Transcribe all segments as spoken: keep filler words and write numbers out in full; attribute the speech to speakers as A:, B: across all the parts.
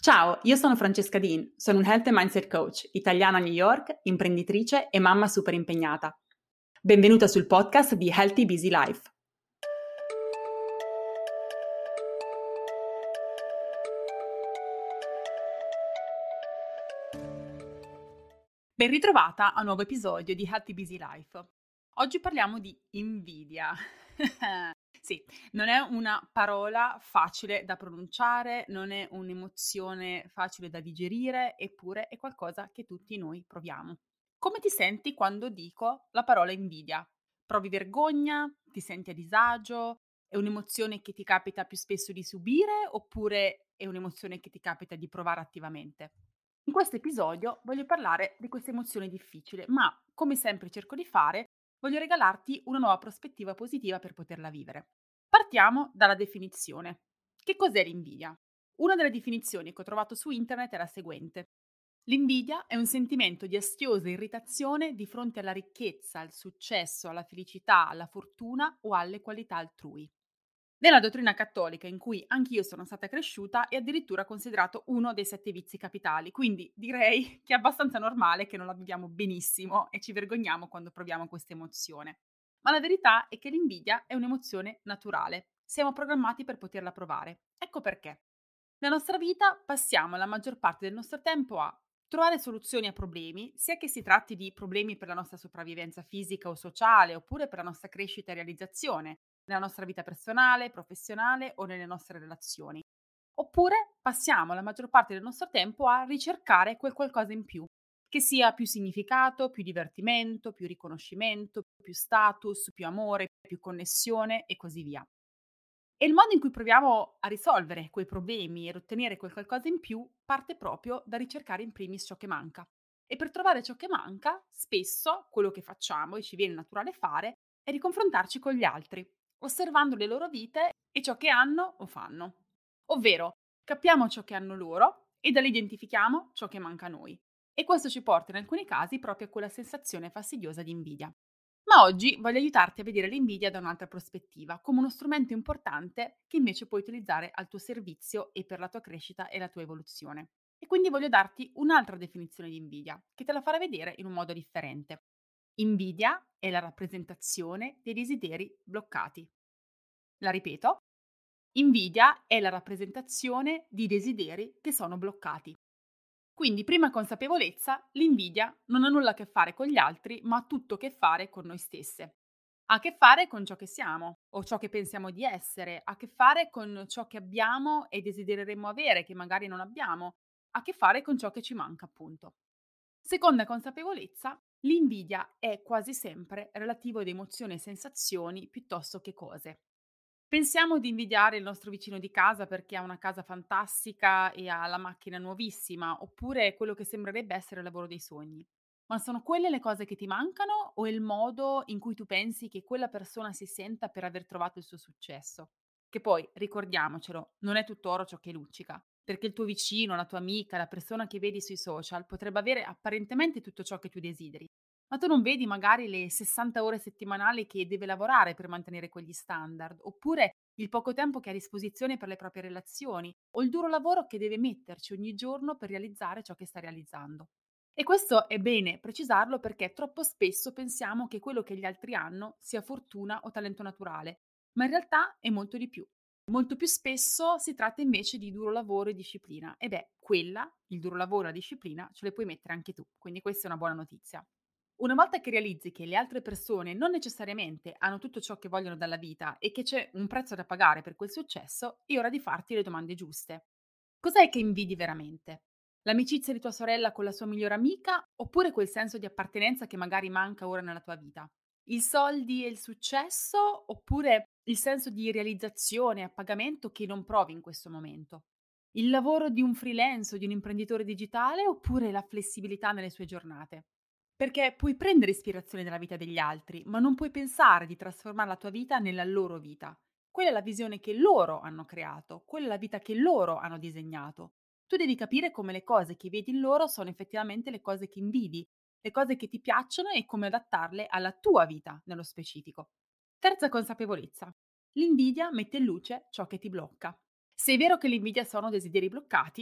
A: Ciao, io sono Francesca Dean, sono un Health and Mindset Coach, italiana a New York, imprenditrice e mamma super impegnata. Benvenuta sul podcast di Healthy Busy Life. Ben ritrovata a un nuovo episodio di Healthy Busy Life. Oggi parliamo di invidia. Sì, non è una parola facile da pronunciare, non è un'emozione facile da digerire, eppure è qualcosa che tutti noi proviamo. Come ti senti quando dico la parola invidia? Provi vergogna? Ti senti a disagio? È un'emozione che ti capita più spesso di subire oppure è un'emozione che ti capita di provare attivamente? In questo episodio voglio parlare di questa emozione difficile, ma come sempre cerco di fare, voglio regalarti una nuova prospettiva positiva per poterla vivere. Partiamo dalla definizione. Che cos'è l'invidia? Una delle definizioni che ho trovato su internet è la seguente. L'invidia è un sentimento di astiosa irritazione di fronte alla ricchezza, al successo, alla felicità, alla fortuna o alle qualità altrui. Nella dottrina cattolica, in cui anch'io sono stata cresciuta, è addirittura considerato uno dei sette vizi capitali, quindi direi che è abbastanza normale che non la viviamo benissimo e ci vergogniamo quando proviamo questa emozione. Ma la verità è che l'invidia è un'emozione naturale. Siamo programmati per poterla provare. Ecco perché. Nella nostra vita passiamo la maggior parte del nostro tempo a trovare soluzioni a problemi, sia che si tratti di problemi per la nostra sopravvivenza fisica o sociale, oppure per la nostra crescita e realizzazione, nella nostra vita personale, professionale o nelle nostre relazioni. Oppure passiamo la maggior parte del nostro tempo a ricercare quel qualcosa in più, che sia più significato, più divertimento, più riconoscimento, più status, più amore, più connessione e così via. E il modo in cui proviamo a risolvere quei problemi ed ottenere quel qualcosa in più parte proprio da ricercare in primis ciò che manca. E per trovare ciò che manca, spesso quello che facciamo e ci viene naturale fare è di confrontarci con gli altri, osservando le loro vite e ciò che hanno o fanno. Ovvero, capiamo ciò che hanno loro e da lì identifichiamo ciò che manca a noi. E questo ci porta in alcuni casi proprio a quella sensazione fastidiosa di invidia. Ma oggi voglio aiutarti a vedere l'invidia da un'altra prospettiva, come uno strumento importante che invece puoi utilizzare al tuo servizio e per la tua crescita e la tua evoluzione. E quindi voglio darti un'altra definizione di invidia, che te la farà vedere in un modo differente. Invidia è la rappresentazione dei desideri bloccati. La ripeto, invidia è la rappresentazione di desideri che sono bloccati. Quindi, prima consapevolezza, l'invidia non ha nulla a che fare con gli altri, ma ha tutto a che fare con noi stesse. Ha a che fare con ciò che siamo o ciò che pensiamo di essere, ha a che fare con ciò che abbiamo e desidereremmo avere, che magari non abbiamo, ha a che fare con ciò che ci manca, appunto. Seconda consapevolezza, l'invidia è quasi sempre relativo ad emozioni e sensazioni piuttosto che cose. Pensiamo di invidiare il nostro vicino di casa perché ha una casa fantastica e ha la macchina nuovissima, oppure quello che sembrerebbe essere il lavoro dei sogni. Ma sono quelle le cose che ti mancano o è il modo in cui tu pensi che quella persona si senta per aver trovato il suo successo? Che poi, ricordiamocelo, non è tutto oro ciò che luccica, perché il tuo vicino, la tua amica, la persona che vedi sui social potrebbe avere apparentemente tutto ciò che tu desideri, ma tu non vedi magari le sessanta ore settimanali che deve lavorare per mantenere quegli standard, oppure il poco tempo che ha a disposizione per le proprie relazioni, o il duro lavoro che deve metterci ogni giorno per realizzare ciò che sta realizzando. E questo è bene precisarlo perché troppo spesso pensiamo che quello che gli altri hanno sia fortuna o talento naturale, ma in realtà è molto di più. Molto più spesso si tratta invece di duro lavoro e disciplina. E beh, quella, il duro lavoro e la disciplina, ce le puoi mettere anche tu, quindi questa è una buona notizia. Una volta che realizzi che le altre persone non necessariamente hanno tutto ciò che vogliono dalla vita e che c'è un prezzo da pagare per quel successo, è ora di farti le domande giuste. Cos'è che invidi veramente? L'amicizia di tua sorella con la sua migliore amica oppure quel senso di appartenenza che magari manca ora nella tua vita? I soldi e il successo oppure il senso di realizzazione e appagamento che non provi in questo momento? Il lavoro di un freelance o di un imprenditore digitale oppure la flessibilità nelle sue giornate? Perché puoi prendere ispirazione dalla vita degli altri, ma non puoi pensare di trasformare la tua vita nella loro vita. Quella è la visione che loro hanno creato, quella è la vita che loro hanno disegnato. Tu devi capire come le cose che vedi in loro sono effettivamente le cose che invidi, le cose che ti piacciono e come adattarle alla tua vita nello specifico. Terza consapevolezza. L'invidia mette in luce ciò che ti blocca. Se è vero che l'invidia sono desideri bloccati,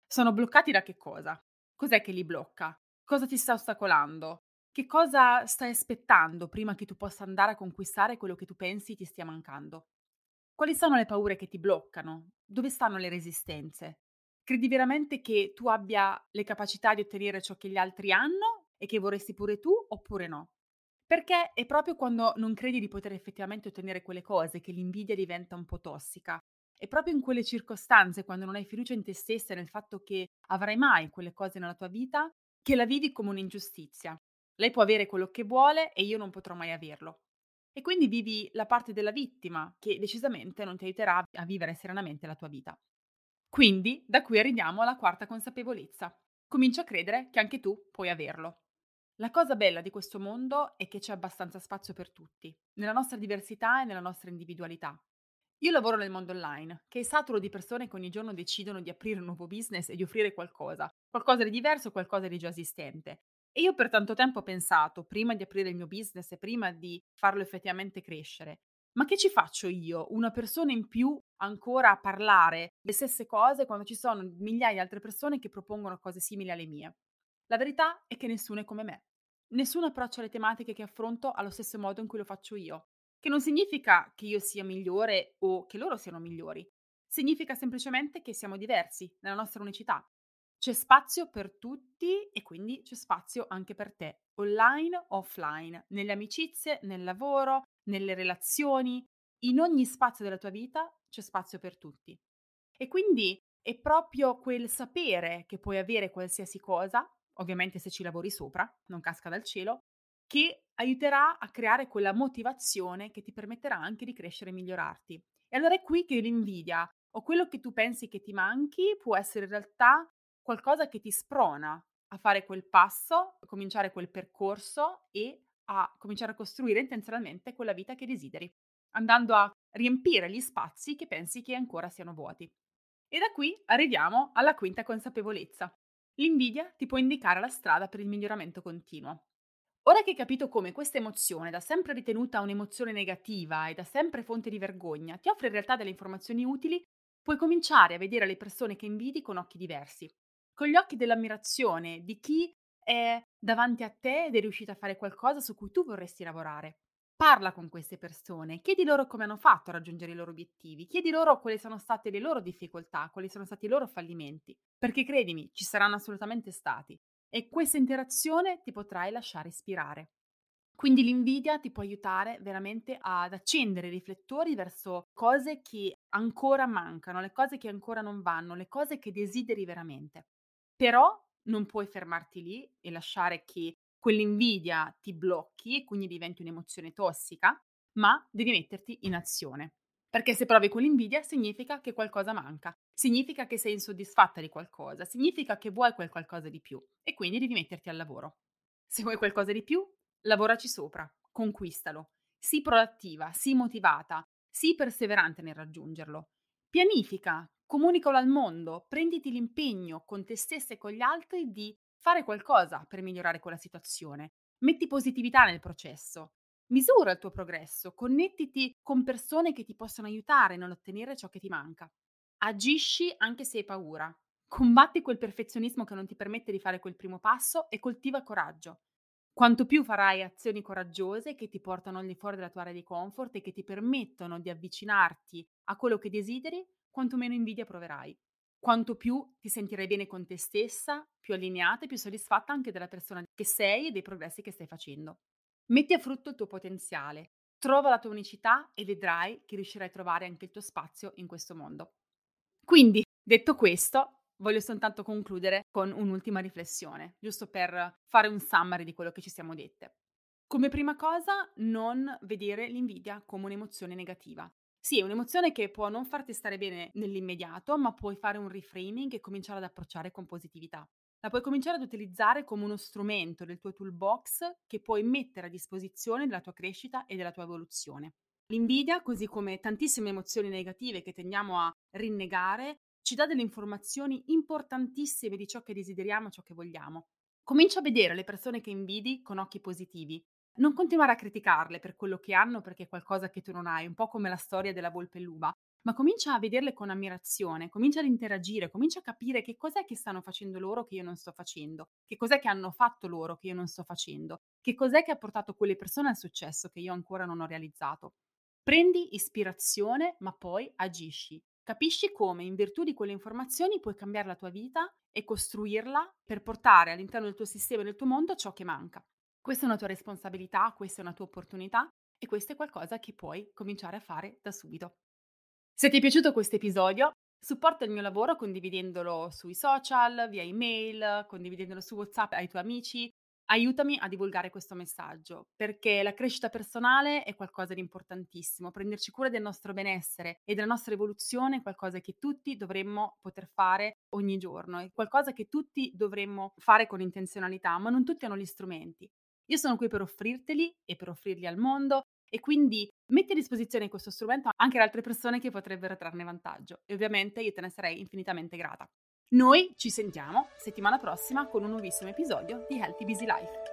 A: Sono bloccati da che cosa? Cos'è che li blocca? Cosa ti sta ostacolando? Che cosa stai aspettando prima che tu possa andare a conquistare quello che tu pensi ti stia mancando? Quali sono le paure che ti bloccano? Dove stanno le resistenze? Credi veramente che tu abbia le capacità di ottenere ciò che gli altri hanno e che vorresti pure tu oppure no? Perché è proprio quando non credi di poter effettivamente ottenere quelle cose che l'invidia diventa un po' tossica. È proprio in quelle circostanze, quando non hai fiducia in te stessa e nel fatto che avrai mai quelle cose nella tua vita, che la vivi come un'ingiustizia. Lei può avere quello che vuole e io non potrò mai averlo. E quindi vivi la parte della vittima che decisamente non ti aiuterà a vivere serenamente la tua vita. Quindi, da qui arriviamo alla quarta consapevolezza. Comincia a credere che anche tu puoi averlo. La cosa bella di questo mondo è che c'è abbastanza spazio per tutti, nella nostra diversità e nella nostra individualità. Io lavoro nel mondo online, che è saturo di persone che ogni giorno decidono di aprire un nuovo business e di offrire qualcosa, qualcosa di diverso, qualcosa di già esistente. E io per tanto tempo ho pensato, prima di aprire il mio business e prima di farlo effettivamente crescere, ma che ci faccio io, una persona in più, ancora a parlare le stesse cose quando ci sono migliaia di altre persone che propongono cose simili alle mie? La verità è che nessuno è come me. Nessuno approccia le tematiche che affronto allo stesso modo in cui lo faccio io. Che non significa che io sia migliore o che loro siano migliori. Significa semplicemente che siamo diversi nella nostra unicità. C'è spazio per tutti e quindi c'è spazio anche per te, online o offline, nelle amicizie, nel lavoro, nelle relazioni, in ogni spazio della tua vita c'è spazio per tutti. E quindi è proprio quel sapere che puoi avere qualsiasi cosa, ovviamente se ci lavori sopra, non casca dal cielo, che aiuterà a creare quella motivazione che ti permetterà anche di crescere e migliorarti. E allora è qui che l'invidia o quello che tu pensi che ti manchi può essere in realtà qualcosa che ti sprona a fare quel passo, a cominciare quel percorso e a cominciare a costruire intenzionalmente quella vita che desideri, andando a riempire gli spazi che pensi che ancora siano vuoti. E da qui arriviamo alla quinta consapevolezza. L'invidia ti può indicare la strada per il miglioramento continuo. Ora che hai capito come questa emozione, da sempre ritenuta un'emozione negativa e da sempre fonte di vergogna, ti offre in realtà delle informazioni utili, puoi cominciare a vedere le persone che invidi con occhi diversi, con gli occhi dell'ammirazione di chi è davanti a te ed è riuscito a fare qualcosa su cui tu vorresti lavorare. Parla con queste persone, chiedi loro come hanno fatto a raggiungere i loro obiettivi, chiedi loro quali sono state le loro difficoltà, quali sono stati i loro fallimenti, perché credimi, ci saranno assolutamente stati e questa interazione ti potrai lasciare ispirare. Quindi l'invidia ti può aiutare veramente ad accendere i riflettori verso cose che ancora mancano, le cose che ancora non vanno, le cose che desideri veramente. Però non puoi fermarti lì e lasciare che quell'invidia ti blocchi e quindi diventi un'emozione tossica, ma devi metterti in azione. Perché se provi quell'invidia significa che qualcosa manca, significa che sei insoddisfatta di qualcosa, significa che vuoi quel qualcosa di più e quindi devi metterti al lavoro. Se vuoi qualcosa di più, lavoraci sopra, conquistalo. Sii proattiva, sii motivata, sii perseverante nel raggiungerlo. Pianifica, comunicalo al mondo, prenditi l'impegno con te stessa e con gli altri di fare qualcosa per migliorare quella situazione. Metti positività nel processo. Misura il tuo progresso, connettiti con persone che ti possono aiutare nell'ottenere ciò che ti manca. Agisci anche se hai paura. Combatti quel perfezionismo che non ti permette di fare quel primo passo e coltiva coraggio. Quanto più farai azioni coraggiose che ti portano al di fuori della tua area di comfort e che ti permettono di avvicinarti a quello che desideri, quanto meno invidia proverai. Quanto più ti sentirai bene con te stessa, più allineata e più soddisfatta anche della persona che sei e dei progressi che stai facendo. Metti a frutto il tuo potenziale, trova la tua unicità e vedrai che riuscirai a trovare anche il tuo spazio in questo mondo. Quindi, detto questo, voglio soltanto concludere con un'ultima riflessione, giusto per fare un summary di quello che ci siamo dette. Come prima cosa, non vedere l'invidia come un'emozione negativa. Sì, è un'emozione che può non farti stare bene nell'immediato, ma puoi fare un reframing e cominciare ad approcciare con positività. La puoi cominciare ad utilizzare come uno strumento del tuo toolbox che puoi mettere a disposizione della tua crescita e della tua evoluzione. L'invidia, così come tantissime emozioni negative che tendiamo a rinnegare, ci dà delle informazioni importantissime di ciò che desideriamo, ciò che vogliamo. Comincia a vedere le persone che invidi con occhi positivi. Non continuare a criticarle per quello che hanno perché è qualcosa che tu non hai, un po' come la storia della volpe e l'uva, ma comincia a vederle con ammirazione, comincia ad interagire, comincia a capire che cos'è che stanno facendo loro che io non sto facendo, che cos'è che hanno fatto loro che io non sto facendo, che cos'è che ha portato quelle persone al successo che io ancora non ho realizzato. Prendi ispirazione, ma poi agisci. Capisci come, in virtù di quelle informazioni, puoi cambiare la tua vita e costruirla per portare all'interno del tuo sistema e del tuo mondo ciò che manca. Questa è una tua responsabilità, questa è una tua opportunità e questo è qualcosa che puoi cominciare a fare da subito. Se ti è piaciuto questo episodio, supporta il mio lavoro condividendolo sui social, via email, condividendolo su WhatsApp ai tuoi amici. Aiutami a divulgare questo messaggio, perché la crescita personale è qualcosa di importantissimo. Prenderci cura del nostro benessere e della nostra evoluzione è qualcosa che tutti dovremmo poter fare ogni giorno, è qualcosa che tutti dovremmo fare con intenzionalità, ma non tutti hanno gli strumenti. Io sono qui per offrirteli e per offrirli al mondo e quindi metti a disposizione questo strumento anche ad altre persone che potrebbero trarne vantaggio e ovviamente io te ne sarei infinitamente grata. Noi ci sentiamo settimana prossima con un nuovissimo episodio di Healthy Busy Life.